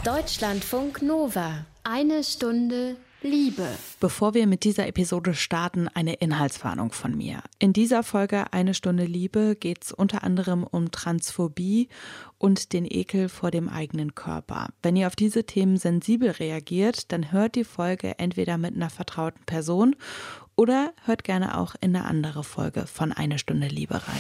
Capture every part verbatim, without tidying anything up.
Deutschlandfunk Nova. Eine Stunde Liebe. Bevor wir mit dieser Episode starten, eine Inhaltswarnung von mir. In dieser Folge Eine Stunde Liebe geht es unter anderem um Transphobie und den Ekel vor dem eigenen Körper. Wenn ihr auf diese Themen sensibel reagiert, dann hört die Folge entweder mit einer vertrauten Person oder hört gerne auch in eine andere Folge von Eine Stunde Liebe rein.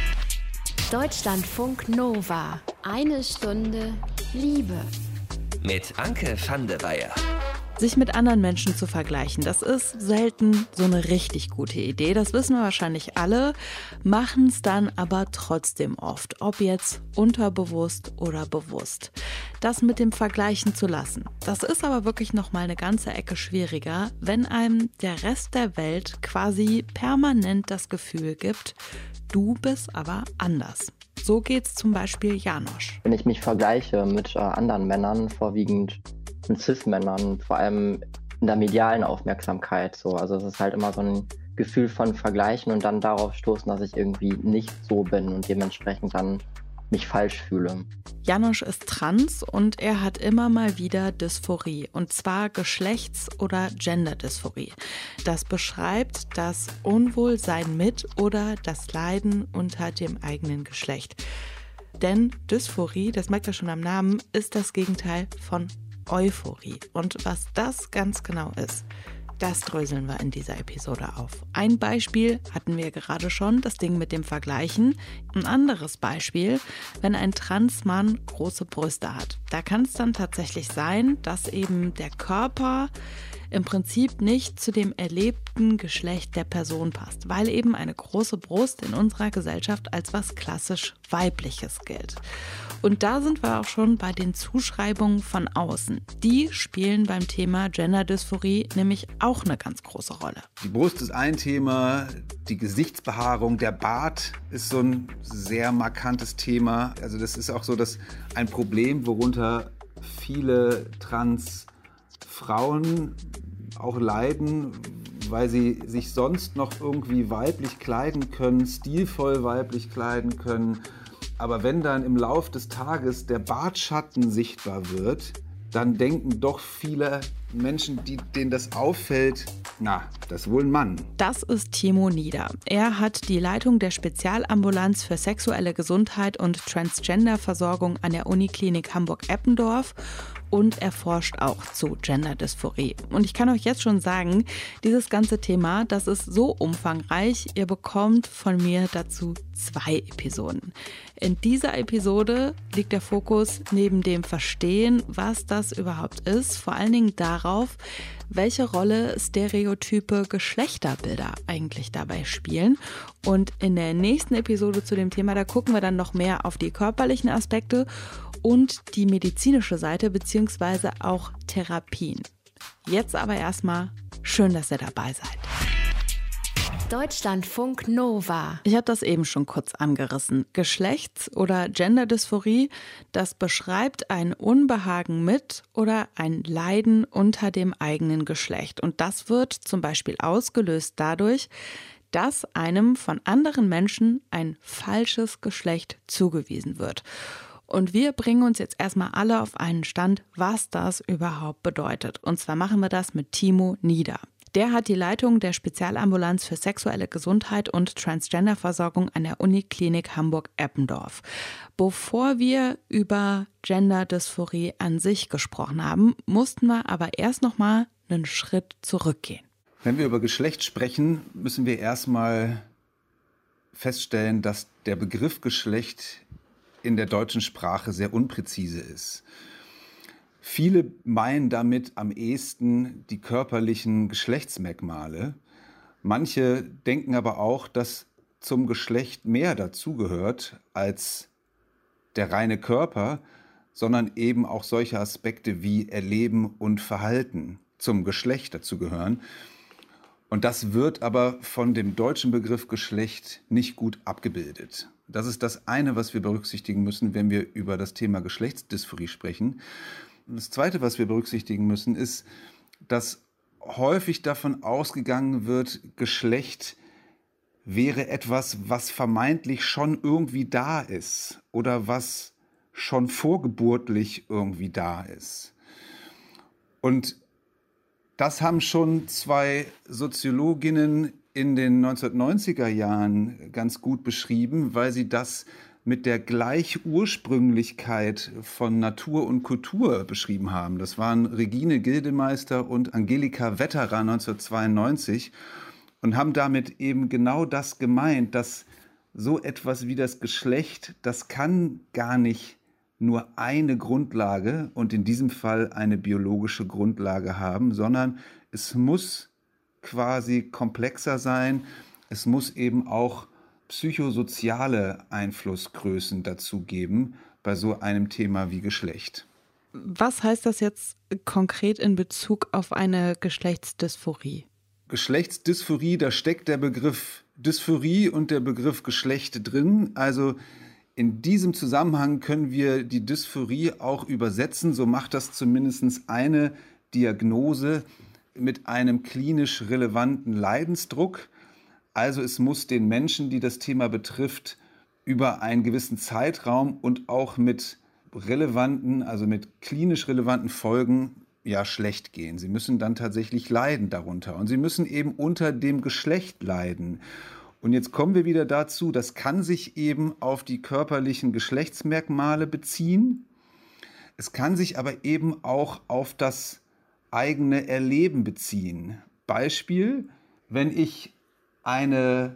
Deutschlandfunk Nova. Eine Stunde Liebe. Mit Anke van de Weyer. Sich mit anderen Menschen zu vergleichen, das ist selten so eine richtig gute Idee. Das wissen wir wahrscheinlich alle, machen es dann aber trotzdem oft, ob jetzt unterbewusst oder bewusst. Das mit dem Vergleichen zu lassen, das ist aber wirklich noch mal eine ganze Ecke schwieriger, wenn einem der Rest der Welt quasi permanent das Gefühl gibt, du bist aber anders. So geht's zum Beispiel Janosch. Wenn ich mich vergleiche mit äh, anderen Männern, vorwiegend mit Cis-Männern, vor allem in der medialen Aufmerksamkeit. So. Also es ist halt immer so ein Gefühl von Vergleichen und dann darauf stoßen, dass ich irgendwie nicht so bin und dementsprechend dann mich falsch fühle. Janosch ist trans und er hat immer mal wieder Dysphorie, und zwar Geschlechts- oder Genderdysphorie. Das beschreibt das Unwohlsein mit oder das Leiden unter dem eigenen Geschlecht. Denn Dysphorie, das merkt ihr schon am Namen, ist das Gegenteil von Euphorie. Und was das ganz genau ist, das dröseln wir in dieser Episode auf. Ein Beispiel hatten wir gerade schon, das Ding mit dem Vergleichen. Ein anderes Beispiel, wenn ein Transmann große Brüste hat. Da kann es dann tatsächlich sein, dass eben der Körper im Prinzip nicht zu dem erlebten Geschlecht der Person passt, weil eben eine große Brust in unserer Gesellschaft als was klassisch Weibliches gilt. Und da sind wir auch schon bei den Zuschreibungen von außen. Die spielen beim Thema Genderdysphorie nämlich auch eine ganz große Rolle. Die Brust ist ein Thema, die Gesichtsbehaarung, der Bart ist so ein sehr markantes Thema. Also das ist auch so dass ein Problem, worunter viele Transfrauen auch leiden, weil sie sich sonst noch irgendwie weiblich kleiden können, stilvoll weiblich kleiden können. Aber wenn dann im Lauf des Tages der Bartschatten sichtbar wird, dann denken doch viele Menschen, die, denen das auffällt, na, das ist wohl ein Mann. Das ist Timo Nieder. Er hat die Leitung der Spezialambulanz für sexuelle Gesundheit und Transgender-Versorgung an der Uniklinik Hamburg-Eppendorf und er forscht auch zu Genderdysphorie. Und ich kann euch jetzt schon sagen, dieses ganze Thema, das ist so umfangreich, ihr bekommt von mir dazu zwei Episoden. In dieser Episode liegt der Fokus neben dem Verstehen, was das überhaupt ist, vor allen Dingen darauf, welche Rolle stereotype Geschlechterbilder eigentlich dabei spielen. Und in der nächsten Episode zu dem Thema, da gucken wir dann noch mehr auf die körperlichen Aspekte und die medizinische Seite beziehungsweise auch Therapien. Jetzt aber erstmal schön, dass ihr dabei seid. Deutschlandfunk Nova. Ich habe das eben schon kurz angerissen. Geschlechts- oder Genderdysphorie, das beschreibt ein Unbehagen mit oder ein Leiden unter dem eigenen Geschlecht. Und das wird zum Beispiel ausgelöst dadurch, dass einem von anderen Menschen ein falsches Geschlecht zugewiesen wird. Und wir bringen uns jetzt erstmal alle auf einen Stand, was das überhaupt bedeutet. Und zwar machen wir das mit Timo Nieder. Der hat die Leitung der Spezialambulanz für sexuelle Gesundheit und Transgender-Versorgung an der Uniklinik Hamburg-Eppendorf. Bevor wir über Genderdysphorie an sich gesprochen haben, mussten wir aber erst noch mal einen Schritt zurückgehen. Wenn wir über Geschlecht sprechen, müssen wir erstmal feststellen, dass der Begriff Geschlecht in der deutschen Sprache sehr unpräzise ist. Viele meinen damit am ehesten die körperlichen Geschlechtsmerkmale. Manche denken aber auch, dass zum Geschlecht mehr dazugehört als der reine Körper, sondern eben auch solche Aspekte wie Erleben und Verhalten zum Geschlecht dazugehören. Und das wird aber von dem deutschen Begriff Geschlecht nicht gut abgebildet. Das ist das eine, was wir berücksichtigen müssen, wenn wir über das Thema Geschlechtsdysphorie sprechen. Und das Zweite, was wir berücksichtigen müssen, ist, dass häufig davon ausgegangen wird, Geschlecht wäre etwas, was vermeintlich schon irgendwie da ist oder was schon vorgeburtlich irgendwie da ist. Und das haben schon zwei Soziologinnen in den neunzehnhundertneunziger Jahren ganz gut beschrieben, weil sie das mit der Gleichursprünglichkeit von Natur und Kultur beschrieben haben. Das waren Regine Gildemeister und Angelika Wetterer neunzehnhundertzweiundneunzig und haben damit eben genau das gemeint, dass so etwas wie das Geschlecht, das kann gar nicht nur eine Grundlage und in diesem Fall eine biologische Grundlage haben, sondern es muss quasi komplexer sein. Es muss eben auch psychosoziale Einflussgrößen dazu geben bei so einem Thema wie Geschlecht. Was heißt das jetzt konkret in Bezug auf eine Geschlechtsdysphorie? Geschlechtsdysphorie, da steckt der Begriff Dysphorie und der Begriff Geschlecht drin. Also in diesem Zusammenhang können wir die Dysphorie auch übersetzen. So macht das zumindest eine Diagnose mit einem klinisch relevanten Leidensdruck. Also es muss den Menschen, die das Thema betrifft, über einen gewissen Zeitraum und auch mit relevanten, also mit klinisch relevanten Folgen, ja, schlecht gehen. Sie müssen dann tatsächlich leiden darunter. Und sie müssen eben unter dem Geschlecht leiden. Und jetzt kommen wir wieder dazu, das kann sich eben auf die körperlichen Geschlechtsmerkmale beziehen. Es kann sich aber eben auch auf das eigene Erleben beziehen. Beispiel, wenn ich eine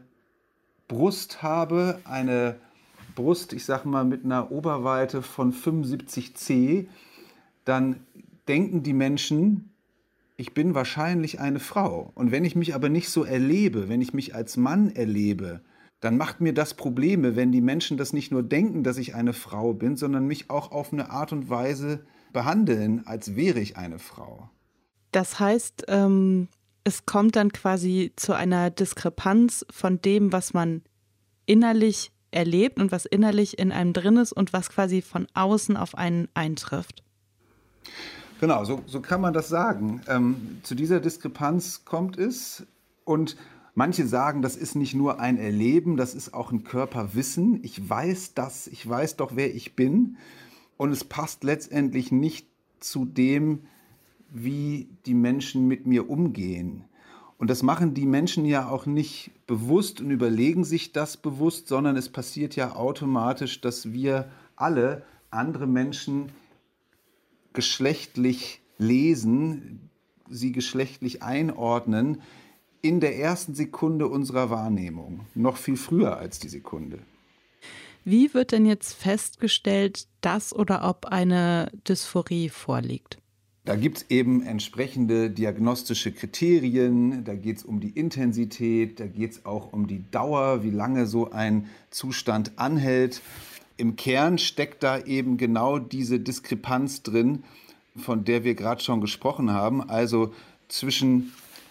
Brust habe, eine Brust, ich sag mal mit einer Oberweite von fünfundsiebzig Zentimeter, dann denken die Menschen, ich bin wahrscheinlich eine Frau. Und wenn ich mich aber nicht so erlebe, wenn ich mich als Mann erlebe, dann macht mir das Probleme, wenn die Menschen das nicht nur denken, dass ich eine Frau bin, sondern mich auch auf eine Art und Weise behandeln, als wäre ich eine Frau. Das heißt, ähm es kommt dann quasi zu einer Diskrepanz von dem, was man innerlich erlebt und was innerlich in einem drin ist und was quasi von außen auf einen eintrifft. Genau, so, so kann man das sagen. Ähm, zu dieser Diskrepanz kommt es und manche sagen, das ist nicht nur ein Erleben, das ist auch ein Körperwissen. Ich weiß das, ich weiß doch, wer ich bin und es passt letztendlich nicht zu dem, wie die Menschen mit mir umgehen. Und das machen die Menschen ja auch nicht bewusst und überlegen sich das bewusst, sondern es passiert ja automatisch, dass wir alle andere Menschen geschlechtlich lesen, sie geschlechtlich einordnen, in der ersten Sekunde unserer Wahrnehmung, noch viel früher als die Sekunde. Wie wird denn jetzt festgestellt, dass oder ob eine Dysphorie vorliegt? Da gibt es eben entsprechende diagnostische Kriterien, da geht es um die Intensität, da geht es auch um die Dauer, wie lange so ein Zustand anhält. Im Kern steckt da eben genau diese Diskrepanz drin, von der wir gerade schon gesprochen haben, also zwischen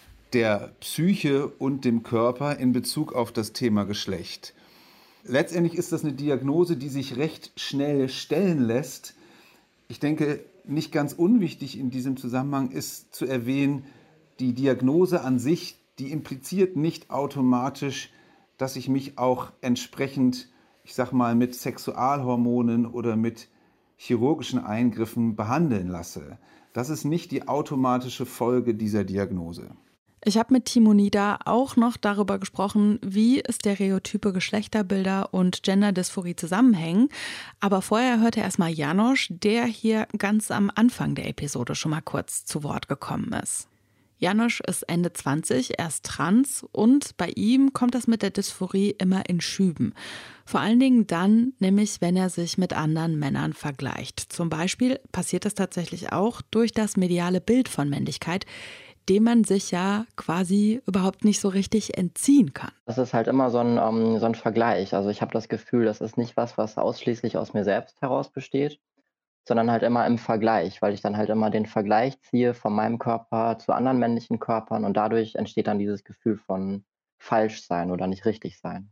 der Psyche und dem Körper in Bezug auf das Thema Geschlecht. Letztendlich ist das eine Diagnose, die sich recht schnell stellen lässt. Ich denke, nicht ganz unwichtig in diesem Zusammenhang ist zu erwähnen, die Diagnose an sich, die impliziert nicht automatisch, dass ich mich auch entsprechend, ich sag mal, mit Sexualhormonen oder mit chirurgischen Eingriffen behandeln lasse. Das ist nicht die automatische Folge dieser Diagnose. Ich habe mit Timo Nieder auch noch darüber gesprochen, wie Stereotype, Geschlechterbilder und Genderdysphorie zusammenhängen. Aber vorher hörte erstmal Janosch, der hier ganz am Anfang der Episode schon mal kurz zu Wort gekommen ist. Janosch ist Ende zwanzig, er ist trans und bei ihm kommt das mit der Dysphorie immer in Schüben. Vor allen Dingen dann, nämlich wenn er sich mit anderen Männern vergleicht. Zum Beispiel passiert das tatsächlich auch durch das mediale Bild von Männlichkeit, dem man sich ja quasi überhaupt nicht so richtig entziehen kann. Das ist halt immer so ein, um, so ein Vergleich. Also ich habe das Gefühl, das ist nicht was, was ausschließlich aus mir selbst heraus besteht, sondern halt immer im Vergleich, weil ich dann halt immer den Vergleich ziehe von meinem Körper zu anderen männlichen Körpern und dadurch entsteht dann dieses Gefühl von falsch sein oder nicht richtig sein.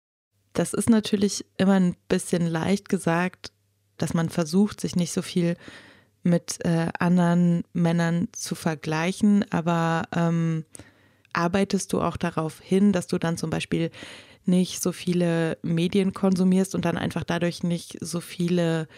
Das ist natürlich immer ein bisschen leicht gesagt, dass man versucht, sich nicht so viel mit äh, anderen Männern zu vergleichen, aber ähm, arbeitest du auch darauf hin, dass du dann zum Beispiel nicht so viele Medien konsumierst und dann einfach dadurch nicht so viele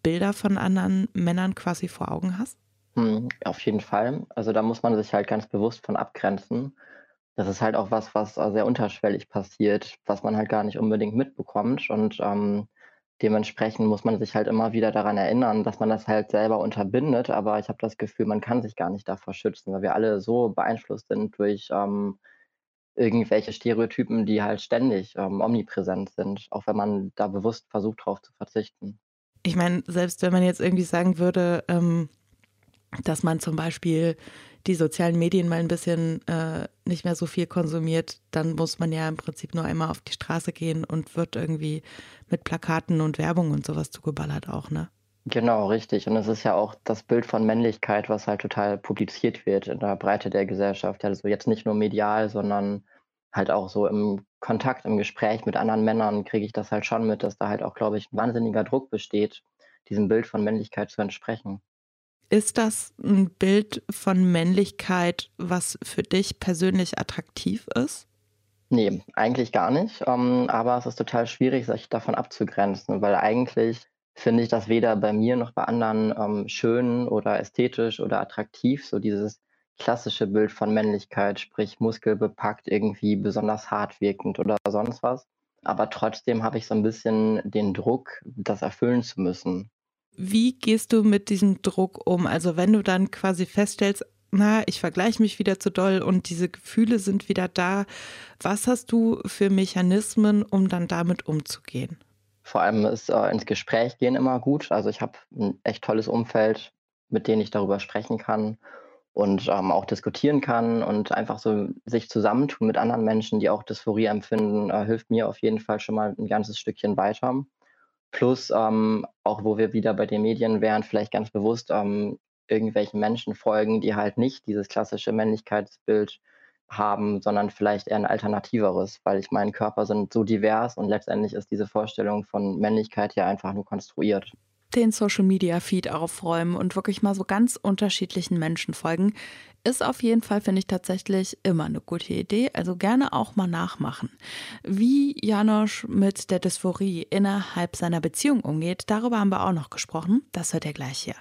Bilder von anderen Männern quasi vor Augen hast? Hm, auf jeden Fall. Also da muss man sich halt ganz bewusst von abgrenzen. Das ist halt auch was, was äh, sehr unterschwellig passiert, was man halt gar nicht unbedingt mitbekommt. Und ähm, dementsprechend muss man sich halt immer wieder daran erinnern, dass man das halt selber unterbindet. Aber ich habe das Gefühl, man kann sich gar nicht davor schützen, weil wir alle so beeinflusst sind durch ähm, irgendwelche Stereotypen, die halt ständig ähm, omnipräsent sind, auch wenn man da bewusst versucht, drauf zu verzichten. Ich meine, selbst wenn man jetzt irgendwie sagen würde, ähm, dass man zum Beispiel die sozialen Medien mal ein bisschen äh, nicht mehr so viel konsumiert, dann muss man ja im Prinzip nur einmal auf die Straße gehen und wird irgendwie mit Plakaten und Werbung und sowas zugeballert auch, ne? Genau, richtig. Und es ist ja auch das Bild von Männlichkeit, was halt total publiziert wird in der Breite der Gesellschaft. Also jetzt nicht nur medial, sondern halt auch so im Kontakt, im Gespräch mit anderen Männern kriege ich das halt schon mit, dass da halt auch, glaube ich, ein wahnsinniger Druck besteht, diesem Bild von Männlichkeit zu entsprechen. Ist das ein Bild von Männlichkeit, was für dich persönlich attraktiv ist? Ne, eigentlich gar nicht, ähm, aber es ist total schwierig, sich davon abzugrenzen, weil eigentlich finde ich das weder bei mir noch bei anderen ähm, schön oder ästhetisch oder attraktiv, so dieses klassische Bild von Männlichkeit, sprich muskelbepackt, irgendwie besonders hart wirkend oder sonst was. Aber trotzdem habe ich so ein bisschen den Druck, das erfüllen zu müssen. Wie gehst du mit diesem Druck um? Also wenn du dann quasi feststellst, na, ich vergleiche mich wieder zu doll und diese Gefühle sind wieder da, was hast du für Mechanismen, um dann damit umzugehen? Vor allem ist äh, ins Gespräch gehen immer gut. Also, ich habe ein echt tolles Umfeld, mit denen ich darüber sprechen kann und ähm, auch diskutieren kann und einfach so sich zusammentun mit anderen Menschen, die auch Dysphorie empfinden, äh, hilft mir auf jeden Fall schon mal ein ganzes Stückchen weiter. Plus, ähm, auch wo wir wieder bei den Medien wären, vielleicht ganz bewusst ähm, irgendwelchen Menschen folgen, die halt nicht dieses klassische Männlichkeitsbild haben, sondern vielleicht eher ein alternativeres, weil ich meine, Körper sind so divers und letztendlich ist diese Vorstellung von Männlichkeit ja einfach nur konstruiert. Den Social-Media-Feed aufräumen und wirklich mal so ganz unterschiedlichen Menschen folgen, ist auf jeden Fall, finde ich, tatsächlich immer eine gute Idee. Also gerne auch mal nachmachen. Wie Janosch mit der Dysphorie innerhalb seiner Beziehung umgeht, darüber haben wir auch noch gesprochen. Das hört ihr gleich hier.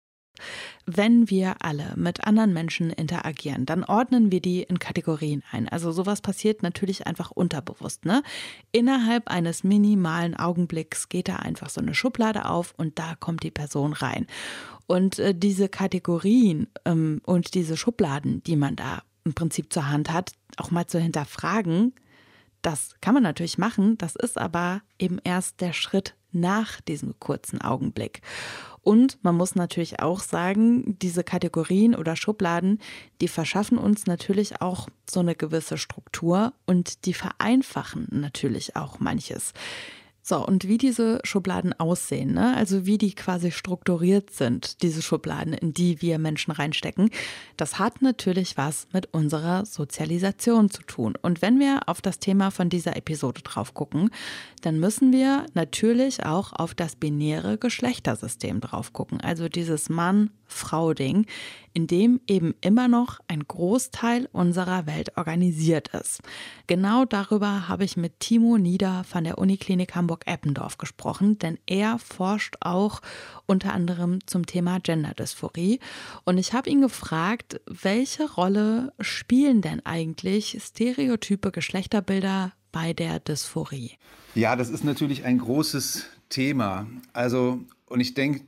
Wenn wir alle mit anderen Menschen interagieren, dann ordnen wir die in Kategorien ein. Also sowas passiert natürlich einfach unterbewusst, ne? Innerhalb eines minimalen Augenblicks geht da einfach so eine Schublade auf und da kommt die Person rein. Und äh, diese Kategorien ähm, und diese Schubladen, die man da im Prinzip zur Hand hat, auch mal zu hinterfragen, das kann man natürlich machen, das ist aber eben erst der Schritt nach diesem kurzen Augenblick. Und man muss natürlich auch sagen, diese Kategorien oder Schubladen, die verschaffen uns natürlich auch so eine gewisse Struktur und die vereinfachen natürlich auch manches. So, und wie diese Schubladen aussehen, ne? Also wie die quasi strukturiert sind, diese Schubladen, in die wir Menschen reinstecken, das hat natürlich was mit unserer Sozialisation zu tun. Und wenn wir auf das Thema von dieser Episode drauf gucken, dann müssen wir natürlich auch auf das binäre Geschlechtersystem drauf gucken. Also dieses Mann-Frau-Ding, in dem eben immer noch ein Großteil unserer Welt organisiert ist. Genau darüber habe ich mit Timo Nieder von der Uniklinik Hamburg-Eppendorf gesprochen, denn er forscht auch unter anderem zum Thema Genderdysphorie. Und ich habe ihn gefragt, welche Rolle spielen denn eigentlich stereotype Geschlechterbilder bei der Dysphorie? Ja, das ist natürlich ein großes Thema. Also, und ich denke,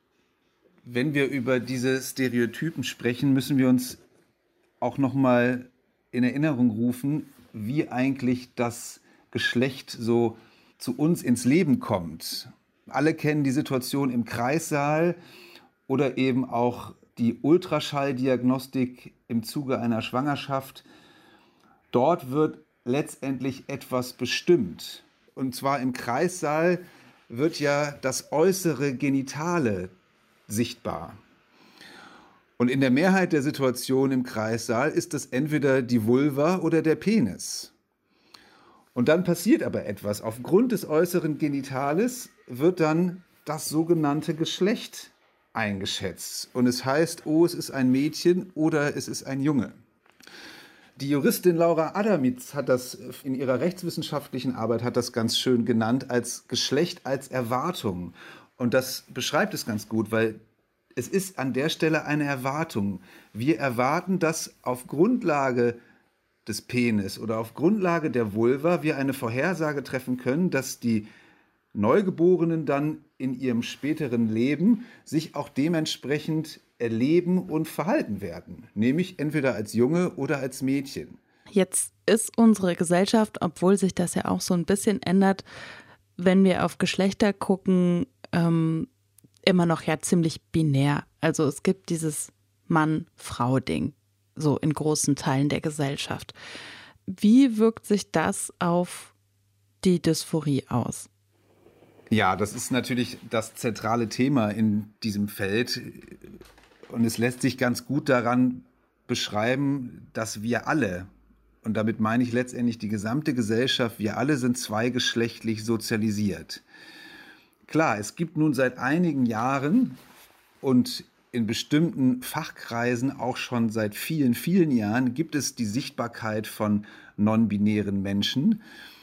wenn wir über diese Stereotypen sprechen, müssen wir uns auch nochmal in Erinnerung rufen, wie eigentlich das Geschlecht so zu uns ins Leben kommt. Alle kennen die Situation im Kreissaal oder eben auch die Ultraschalldiagnostik im Zuge einer Schwangerschaft. Dort wird letztendlich etwas bestimmt. Und zwar im Kreissaal wird ja das äußere Genitale sichtbar. Und in der Mehrheit der Situationen im Kreissaal ist das entweder die Vulva oder der Penis. Und dann passiert aber etwas. Aufgrund des äußeren Genitales wird dann das sogenannte Geschlecht eingeschätzt. Und es heißt, oh, es ist ein Mädchen oder es ist ein Junge. Die Juristin Laura Adamitz hat das in ihrer rechtswissenschaftlichen Arbeit hat das ganz schön genannt als Geschlecht als Erwartung. Und das beschreibt es ganz gut, weil es ist an der Stelle eine Erwartung. Wir erwarten, dass auf Grundlage des Penis oder auf Grundlage der Vulva wir eine Vorhersage treffen können, dass die Neugeborenen dann in ihrem späteren Leben sich auch dementsprechend erleben und verhalten werden, nämlich entweder als Junge oder als Mädchen. Jetzt ist unsere Gesellschaft, obwohl sich das ja auch so ein bisschen ändert, wenn wir auf Geschlechter gucken, ähm, immer noch ja ziemlich binär. Also es gibt dieses Mann-Frau-Ding, so in großen Teilen der Gesellschaft. Wie wirkt sich das auf die Dysphorie aus? Ja, das ist natürlich das zentrale Thema in diesem Feld. Und es lässt sich ganz gut daran beschreiben, dass wir alle, und damit meine ich letztendlich die gesamte Gesellschaft, wir alle sind zweigeschlechtlich sozialisiert. Klar, es gibt nun seit einigen Jahren und in bestimmten Fachkreisen auch schon seit vielen, vielen Jahren gibt es die Sichtbarkeit von non-binären Menschen.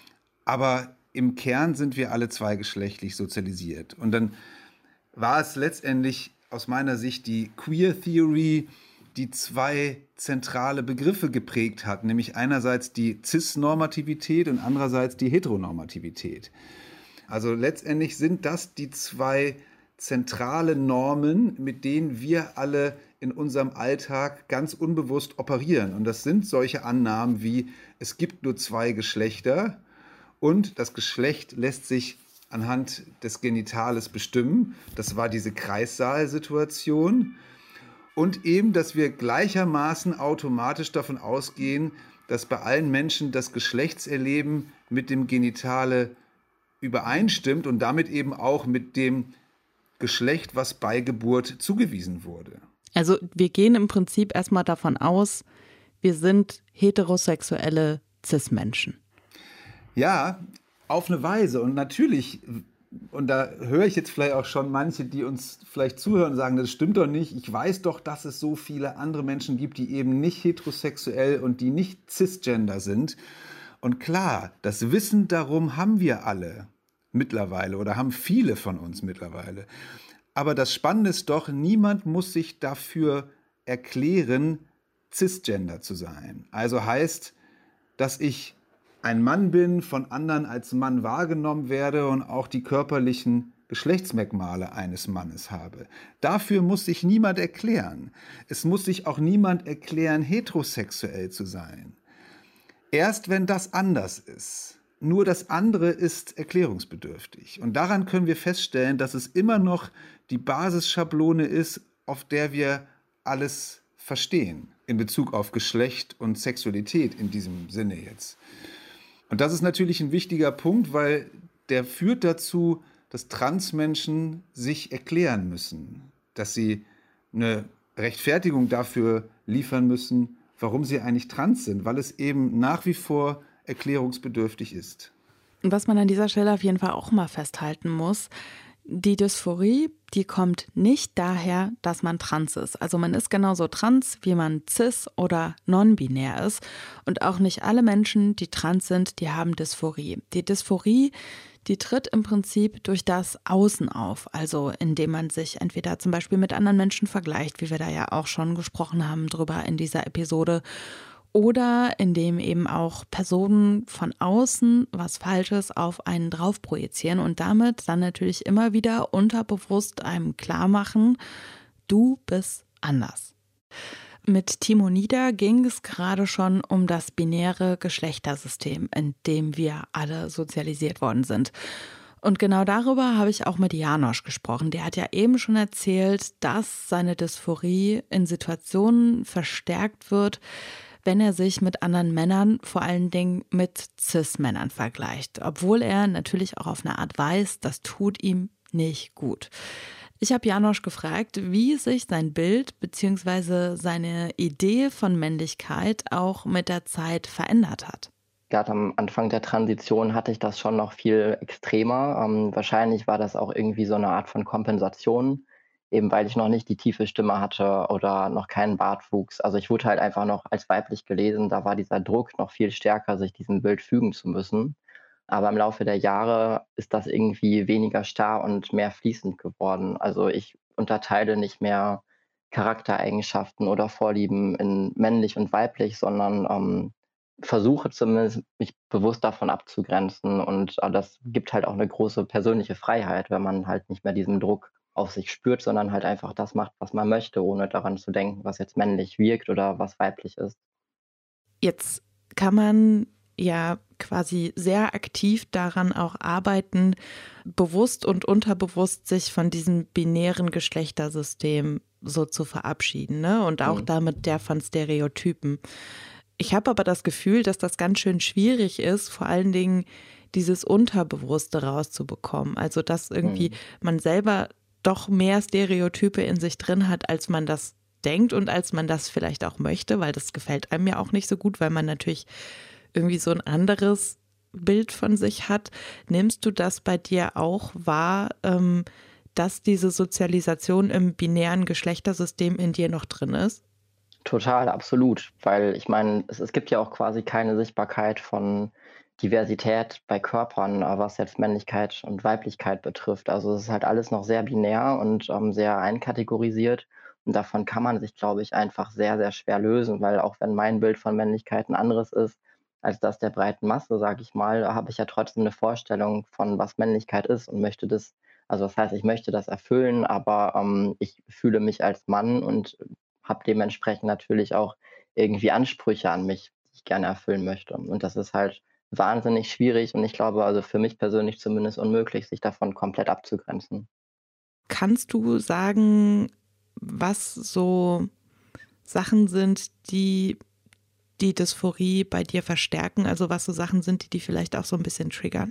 Aber im Kern sind wir alle zweigeschlechtlich sozialisiert. Und dann war es letztendlich aus meiner Sicht die Queer Theory, die zwei zentrale Begriffe geprägt hat, nämlich einerseits die Cis-Normativität und andererseits die Heteronormativität. Also letztendlich sind das die zwei zentrale Normen, mit denen wir alle in unserem Alltag ganz unbewusst operieren. Und das sind solche Annahmen wie, es gibt nur zwei Geschlechter und das Geschlecht lässt sich anhand des Genitales bestimmen. Das war diese Kreissaalsituation. Und eben, dass wir gleichermaßen automatisch davon ausgehen, dass bei allen Menschen das Geschlechtserleben mit dem Genitale übereinstimmt und damit eben auch mit dem Geschlecht, was bei Geburt zugewiesen wurde. Also wir gehen im Prinzip erstmal davon aus, wir sind heterosexuelle Cis-Menschen. Ja, auf eine Weise. Und natürlich, und da höre ich jetzt vielleicht auch schon manche, die uns vielleicht zuhören und sagen, das stimmt doch nicht. Ich weiß doch, dass es so viele andere Menschen gibt, die eben nicht heterosexuell und die nicht cisgender sind. Und klar, das Wissen darum haben wir alle mittlerweile oder haben viele von uns mittlerweile. Aber das Spannende ist doch, niemand muss sich dafür erklären, cisgender zu sein. Also heißt, dass ich ein Mann bin, von anderen als Mann wahrgenommen werde und auch die körperlichen Geschlechtsmerkmale eines Mannes habe. Dafür muss sich niemand erklären. Es muss sich auch niemand erklären, heterosexuell zu sein. Erst wenn das anders ist. Nur das andere ist erklärungsbedürftig. Und daran können wir feststellen, dass es immer noch die Basisschablone ist, auf der wir alles verstehen in Bezug auf Geschlecht und Sexualität in diesem Sinne jetzt. Und das ist natürlich ein wichtiger Punkt, weil der führt dazu, dass Transmenschen sich erklären müssen, dass sie eine Rechtfertigung dafür liefern müssen, warum sie eigentlich trans sind, weil es eben nach wie vor erklärungsbedürftig ist. Und was man an dieser Stelle auf jeden Fall auch mal festhalten muss, die Dysphorie, die kommt nicht daher, dass man trans ist. Also man ist genauso trans, wie man cis oder non-binär ist. Und auch nicht alle Menschen, die trans sind, die haben Dysphorie. Die Dysphorie, die tritt im Prinzip durch das Außen auf. Also indem man sich entweder zum Beispiel mit anderen Menschen vergleicht, wie wir da ja auch schon gesprochen haben drüber in dieser Episode, oder indem eben auch Personen von außen was Falsches auf einen drauf projizieren und damit dann natürlich immer wieder unterbewusst einem klar machen, du bist anders. Mit Timo Nieder ging es gerade schon um das binäre Geschlechtersystem, in dem wir alle sozialisiert worden sind. Und genau darüber habe ich auch mit Janosch gesprochen. Der hat ja eben schon erzählt, dass seine Dysphorie in Situationen verstärkt wird, wenn er sich mit anderen Männern, vor allen Dingen mit Cis-Männern vergleicht. Obwohl er natürlich auch auf eine Art weiß, das tut ihm nicht gut. Ich habe Janosch gefragt, wie sich sein Bild bzw. seine Idee von Männlichkeit auch mit der Zeit verändert hat. Gerade am Anfang der Transition hatte ich das schon noch viel extremer. Ähm, wahrscheinlich war das auch irgendwie so eine Art von Kompensation, eben weil ich noch nicht die tiefe Stimme hatte oder noch keinen Bartwuchs. Also ich wurde halt einfach noch als weiblich gelesen, da war dieser Druck noch viel stärker, sich diesem Bild fügen zu müssen. Aber im Laufe der Jahre ist das irgendwie weniger starr und mehr fließend geworden. Also ich unterteile nicht mehr Charaktereigenschaften oder Vorlieben in männlich und weiblich, sondern ähm, versuche zumindest, mich bewusst davon abzugrenzen. Und äh, das gibt halt auch eine große persönliche Freiheit, wenn man halt nicht mehr diesen Druck auf sich spürt, sondern halt einfach das macht, was man möchte, ohne daran zu denken, was jetzt männlich wirkt oder was weiblich ist. Jetzt kann man ja quasi sehr aktiv daran auch arbeiten, bewusst und unterbewusst sich von diesem binären Geschlechtersystem so zu verabschieden, ne? Und auch mhm. damit der von Stereotypen. Ich habe aber das Gefühl, dass das ganz schön schwierig ist, vor allen Dingen dieses Unterbewusste rauszubekommen. Also dass irgendwie mhm. man selber doch mehr Stereotype in sich drin hat, als man das denkt und als man das vielleicht auch möchte, weil das gefällt einem ja auch nicht so gut, weil man natürlich irgendwie so ein anderes Bild von sich hat. Nimmst du das bei dir auch wahr, ähm, dass diese Sozialisation im binären Geschlechtersystem in dir noch drin ist? Total, absolut. Weil ich meine, es, es gibt ja auch quasi keine Sichtbarkeit von Diversität bei Körpern, was jetzt Männlichkeit und Weiblichkeit betrifft. Also es ist halt alles noch sehr binär und ähm, sehr einkategorisiert. Und davon kann man sich, glaube ich, einfach sehr, sehr schwer lösen, weil auch wenn mein Bild von Männlichkeit ein anderes ist als das der breiten Masse, sage ich mal, habe ich ja trotzdem eine Vorstellung von, was Männlichkeit ist und möchte das, also das heißt, ich möchte das erfüllen, aber ähm, ich fühle mich als Mann und habe dementsprechend natürlich auch irgendwie Ansprüche an mich, die ich gerne erfüllen möchte. Und das ist halt wahnsinnig schwierig und ich glaube, also für mich persönlich zumindest unmöglich, sich davon komplett abzugrenzen. Kannst du sagen, was so Sachen sind, die die Dysphorie bei dir verstärken? Also was so Sachen sind, die die vielleicht auch so ein bisschen triggern?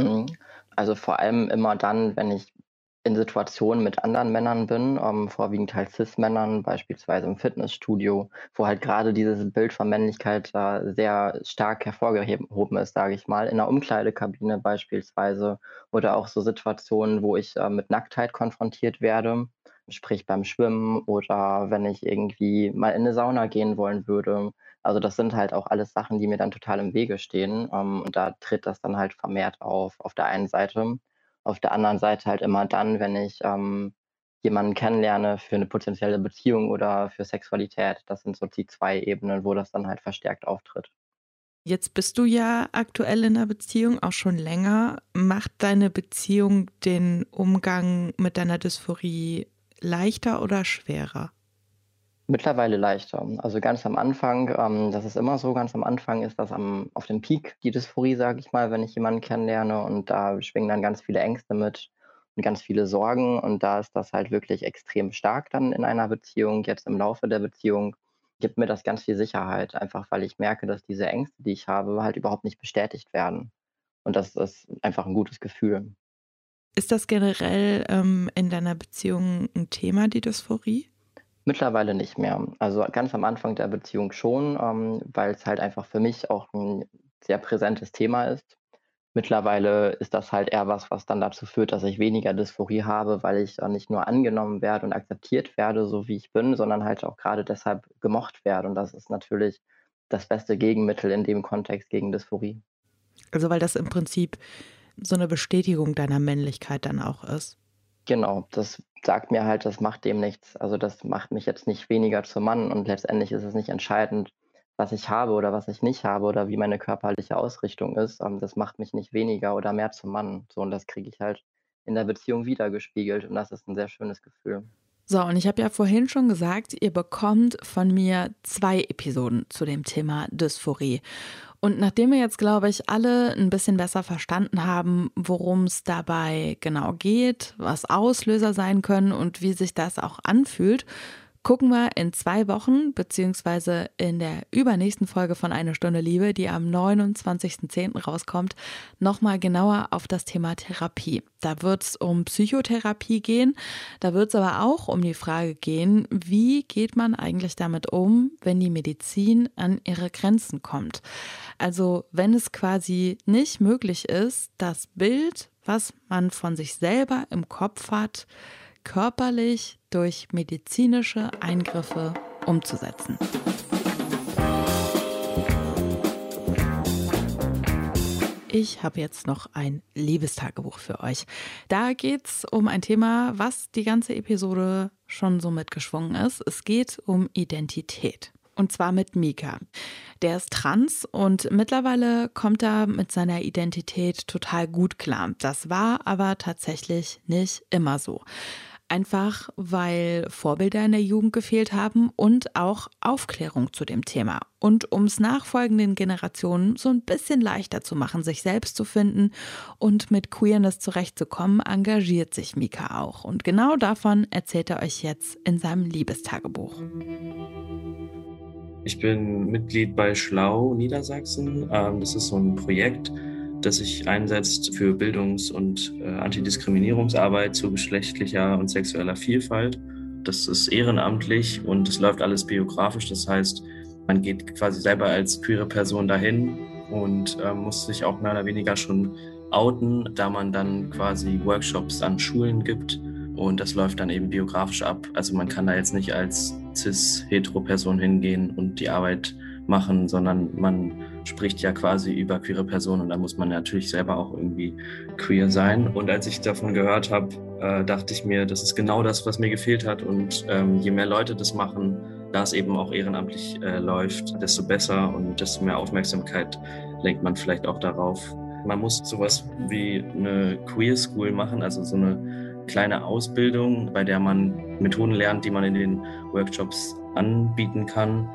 Also vor allem immer dann, wenn ich in Situationen mit anderen Männern bin, ähm, vorwiegend halt Cis-Männern, beispielsweise im Fitnessstudio, wo halt gerade dieses Bild von Männlichkeit äh, sehr stark hervorgehoben ist, sage ich mal, in der Umkleidekabine beispielsweise oder auch so Situationen, wo ich äh, mit Nacktheit konfrontiert werde, sprich beim Schwimmen oder wenn ich irgendwie mal in eine Sauna gehen wollen würde. Also das sind halt auch alles Sachen, die mir dann total im Wege stehen ähm, und da tritt das dann halt vermehrt auf, auf der einen Seite. Auf der anderen Seite halt immer dann, wenn ich ähm, jemanden kennenlerne für eine potenzielle Beziehung oder für Sexualität. Das sind so die zwei Ebenen, wo das dann halt verstärkt auftritt. Jetzt bist du ja aktuell in einer Beziehung, auch schon länger. Macht deine Beziehung den Umgang mit deiner Dysphorie leichter oder schwerer? Mittlerweile leichter. Also ganz am Anfang, ähm, das ist immer so, ganz am Anfang ist das am, auf dem Peak, die Dysphorie, sage ich mal, wenn ich jemanden kennenlerne und da schwingen dann ganz viele Ängste mit und ganz viele Sorgen und da ist das halt wirklich extrem stark dann in einer Beziehung. Jetzt im Laufe der Beziehung gibt mir das ganz viel Sicherheit, einfach weil ich merke, dass diese Ängste, die ich habe, halt überhaupt nicht bestätigt werden. Und das ist einfach ein gutes Gefühl. Ist das generell ähm, in deiner Beziehung ein Thema, die Dysphorie? Mittlerweile nicht mehr. Also ganz am Anfang der Beziehung schon, ähm, weil es halt einfach für mich auch ein sehr präsentes Thema ist. Mittlerweile ist das halt eher was, was dann dazu führt, dass ich weniger Dysphorie habe, weil ich äh, nicht nur angenommen werde und akzeptiert werde, so wie ich bin, sondern halt auch gerade deshalb gemocht werde. Und das ist natürlich das beste Gegenmittel in dem Kontext gegen Dysphorie. Also weil das im Prinzip so eine Bestätigung deiner Männlichkeit dann auch ist. Genau, das sagt mir halt, das macht dem nichts. Also das macht mich jetzt nicht weniger zum Mann und letztendlich ist es nicht entscheidend, was ich habe oder was ich nicht habe oder wie meine körperliche Ausrichtung ist. Ähm, Das macht mich nicht weniger oder mehr zum Mann. So, und das kriege ich halt in der Beziehung wiedergespiegelt und das ist ein sehr schönes Gefühl. So, und ich habe ja vorhin schon gesagt, ihr bekommt von mir zwei Episoden zu dem Thema Dysphorie. Und nachdem wir jetzt, glaube ich, alle ein bisschen besser verstanden haben, worum es dabei genau geht, was Auslöser sein können und wie sich das auch anfühlt, gucken wir in zwei Wochen beziehungsweise in der übernächsten Folge von Eine Stunde Liebe, die am neunundzwanzigsten zehnten rauskommt, nochmal genauer auf das Thema Therapie. Da wird es um Psychotherapie gehen, da wird es aber auch um die Frage gehen, wie geht man eigentlich damit um, wenn die Medizin an ihre Grenzen kommt. Also wenn es quasi nicht möglich ist, das Bild, was man von sich selber im Kopf hat, körperlich durch medizinische Eingriffe ich habe jetzt noch ein Liebestagebuch für euch. Da geht's um ein Thema, was die ganze Episode schon so mitgeschwungen ist. Es geht um Identität. Und zwar mit Mika. Der ist trans und mittlerweile kommt er mit seiner Identität total gut klar. Das war aber tatsächlich nicht immer so. Einfach weil Vorbilder in der Jugend gefehlt haben und auch Aufklärung zu dem Thema. Und um es nachfolgenden Generationen so ein bisschen leichter zu machen, sich selbst zu finden und mit Queerness zurechtzukommen, engagiert sich Mika auch. Und genau davon erzählt er euch jetzt in seinem Liebestagebuch. Ich bin Mitglied bei Schlau Niedersachsen. Das ist so ein Projekt, das sich einsetzt für Bildungs- und äh, Antidiskriminierungsarbeit zu geschlechtlicher und sexueller Vielfalt. Das ist ehrenamtlich und es läuft alles biografisch. Das heißt, man geht quasi selber als queere Person dahin und äh, muss sich auch mehr oder weniger schon outen, da man dann quasi Workshops an Schulen gibt. Und das läuft dann eben biografisch ab. Also man kann da jetzt nicht als cis-hetero-Person hingehen und die Arbeit machen, sondern man spricht ja quasi über queere Personen und da muss man natürlich selber auch irgendwie queer sein. Und als ich davon gehört habe, äh, dachte ich mir, das ist genau das, was mir gefehlt hat. Und ähm, je mehr Leute das machen, da es eben auch ehrenamtlich äh, läuft, desto besser und desto mehr Aufmerksamkeit lenkt man vielleicht auch darauf. Man muss sowas wie eine Queer School machen, also so eine kleine Ausbildung, bei der man Methoden lernt, die man in den Workshops anbieten kann.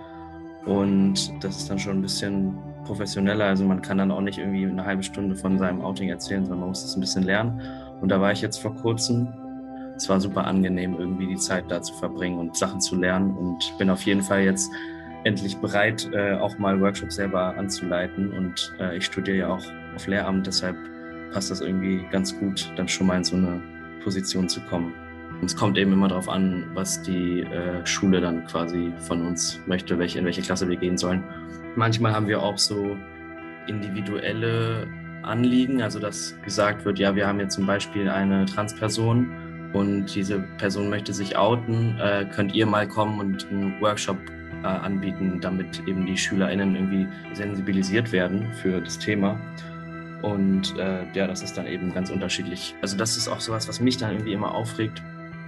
Und das ist dann schon ein bisschen professioneller. Also man kann dann auch nicht irgendwie eine halbe Stunde von seinem Outing erzählen, sondern man muss das ein bisschen lernen. Und da war ich jetzt vor kurzem. Es war super angenehm, irgendwie die Zeit da zu verbringen und Sachen zu lernen. Und bin auf jeden Fall jetzt endlich bereit, äh, auch mal Workshops selber anzuleiten. Und äh, ich studiere ja auch auf Lehramt, deshalb passt das irgendwie ganz gut, dann schon mal in so eine Position zu kommen. Und es kommt eben immer darauf an, was die äh, Schule dann quasi von uns möchte, welche, in welche Klasse wir gehen sollen. Manchmal haben wir auch so individuelle Anliegen, also dass gesagt wird, ja, wir haben jetzt zum Beispiel eine Transperson und diese Person möchte sich outen, äh, könnt ihr mal kommen und einen Workshop äh, anbieten, damit eben die SchülerInnen irgendwie sensibilisiert werden für das Thema. Und äh, ja, das ist dann eben ganz unterschiedlich. Also das ist auch sowas, was mich dann irgendwie immer aufregt,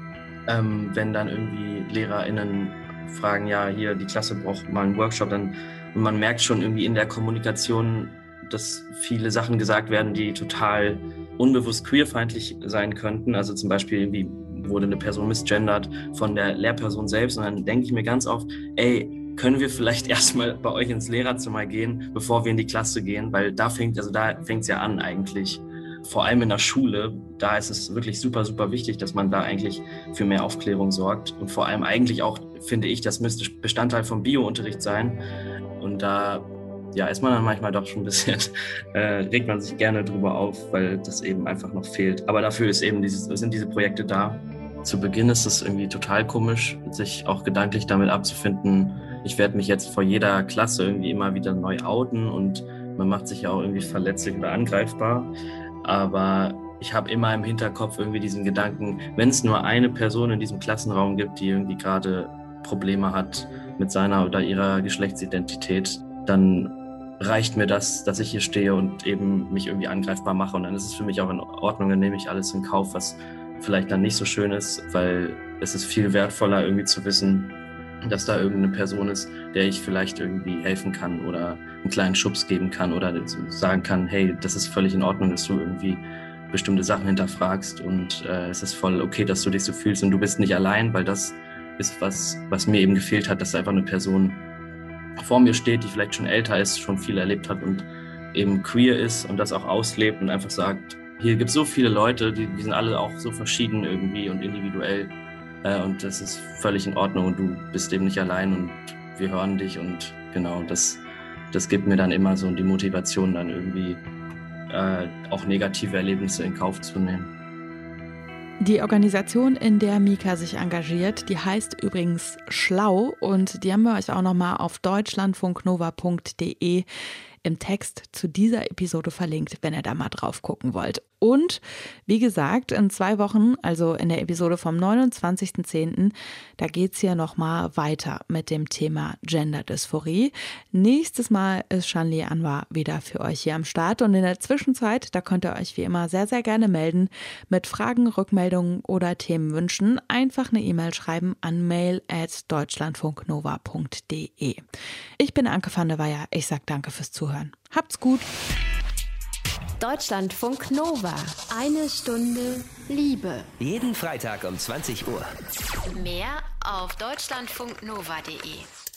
ähm, wenn dann irgendwie LehrerInnen fragen, ja, hier, die Klasse braucht mal einen Workshop, dann, und man merkt schon irgendwie in der Kommunikation, dass viele Sachen gesagt werden, die total unbewusst queerfeindlich sein könnten. Also zum Beispiel irgendwie wurde eine Person misgendert von der Lehrperson selbst und dann denke ich mir ganz oft, ey, können wir vielleicht erstmal bei euch ins Lehrerzimmer gehen, bevor wir in die Klasse gehen, weil da fängt, also da fängt es ja an eigentlich. Vor allem in der Schule, da ist es wirklich super, super wichtig, dass man da eigentlich für mehr Aufklärung sorgt. Und vor allem eigentlich auch, finde ich, das müsste Bestandteil vom Bio-Unterricht sein. Und da ja, ist man dann manchmal doch schon ein bisschen, äh, regt man sich gerne drüber auf, weil das eben einfach noch fehlt. Aber dafür ist eben dieses, sind diese Projekte da. Zu Beginn ist es irgendwie total komisch, sich auch gedanklich damit abzufinden, ich werde mich jetzt vor jeder Klasse irgendwie immer wieder neu outen und man macht sich ja auch irgendwie verletzlich oder angreifbar. Aber ich habe immer im Hinterkopf irgendwie diesen Gedanken, wenn es nur eine Person in diesem Klassenraum gibt, die irgendwie gerade Probleme hat mit seiner oder ihrer Geschlechtsidentität, dann reicht mir das, dass ich hier stehe und eben mich irgendwie angreifbar mache. Und dann ist es für mich auch in Ordnung, dann nehme ich alles in Kauf, was vielleicht dann nicht so schön ist, weil es ist viel wertvoller irgendwie zu wissen, dass da irgendeine Person ist, der ich vielleicht irgendwie helfen kann oder einen kleinen Schubs geben kann oder sagen kann, hey, das ist völlig in Ordnung, dass du irgendwie bestimmte Sachen hinterfragst und äh, es ist voll okay, dass du dich so fühlst und du bist nicht allein, weil das ist was, was mir eben gefehlt hat, dass einfach eine Person vor mir steht, die vielleicht schon älter ist, schon viel erlebt hat und eben queer ist und das auch auslebt und einfach sagt, hier gibt es so viele Leute, die, die sind alle auch so verschieden irgendwie und individuell äh, und das ist völlig in Ordnung und du bist eben nicht allein und wir hören dich und genau, das, das gibt mir dann immer so die Motivation, dann irgendwie äh, auch negative Erlebnisse in Kauf zu nehmen. Die Organisation, in der Mika sich engagiert, die heißt übrigens Schlau und die haben wir euch auch nochmal auf deutschlandfunknova punkt de im Text zu dieser Episode verlinkt, wenn ihr da mal drauf gucken wollt. Und wie gesagt, in zwei Wochen, also in der Episode vom neunundzwanzigsten zehnten, da geht es hier nochmal weiter mit dem Thema Genderdysphorie. Nächstes Mal ist Shanli Anwar wieder für euch hier am Start. Und in der Zwischenzeit, da könnt ihr euch wie immer sehr, sehr gerne melden mit Fragen, Rückmeldungen oder Themenwünschen. Einfach eine E-Mail schreiben an mail at deutschlandfunknova punkt de. Ich bin Anke van der Weyer. Ich sage danke fürs Zuhören. Habt's gut. Deutschlandfunk Nova. Eine Stunde Liebe. Jeden Freitag um zwanzig Uhr. Mehr auf deutschlandfunknova punkt de.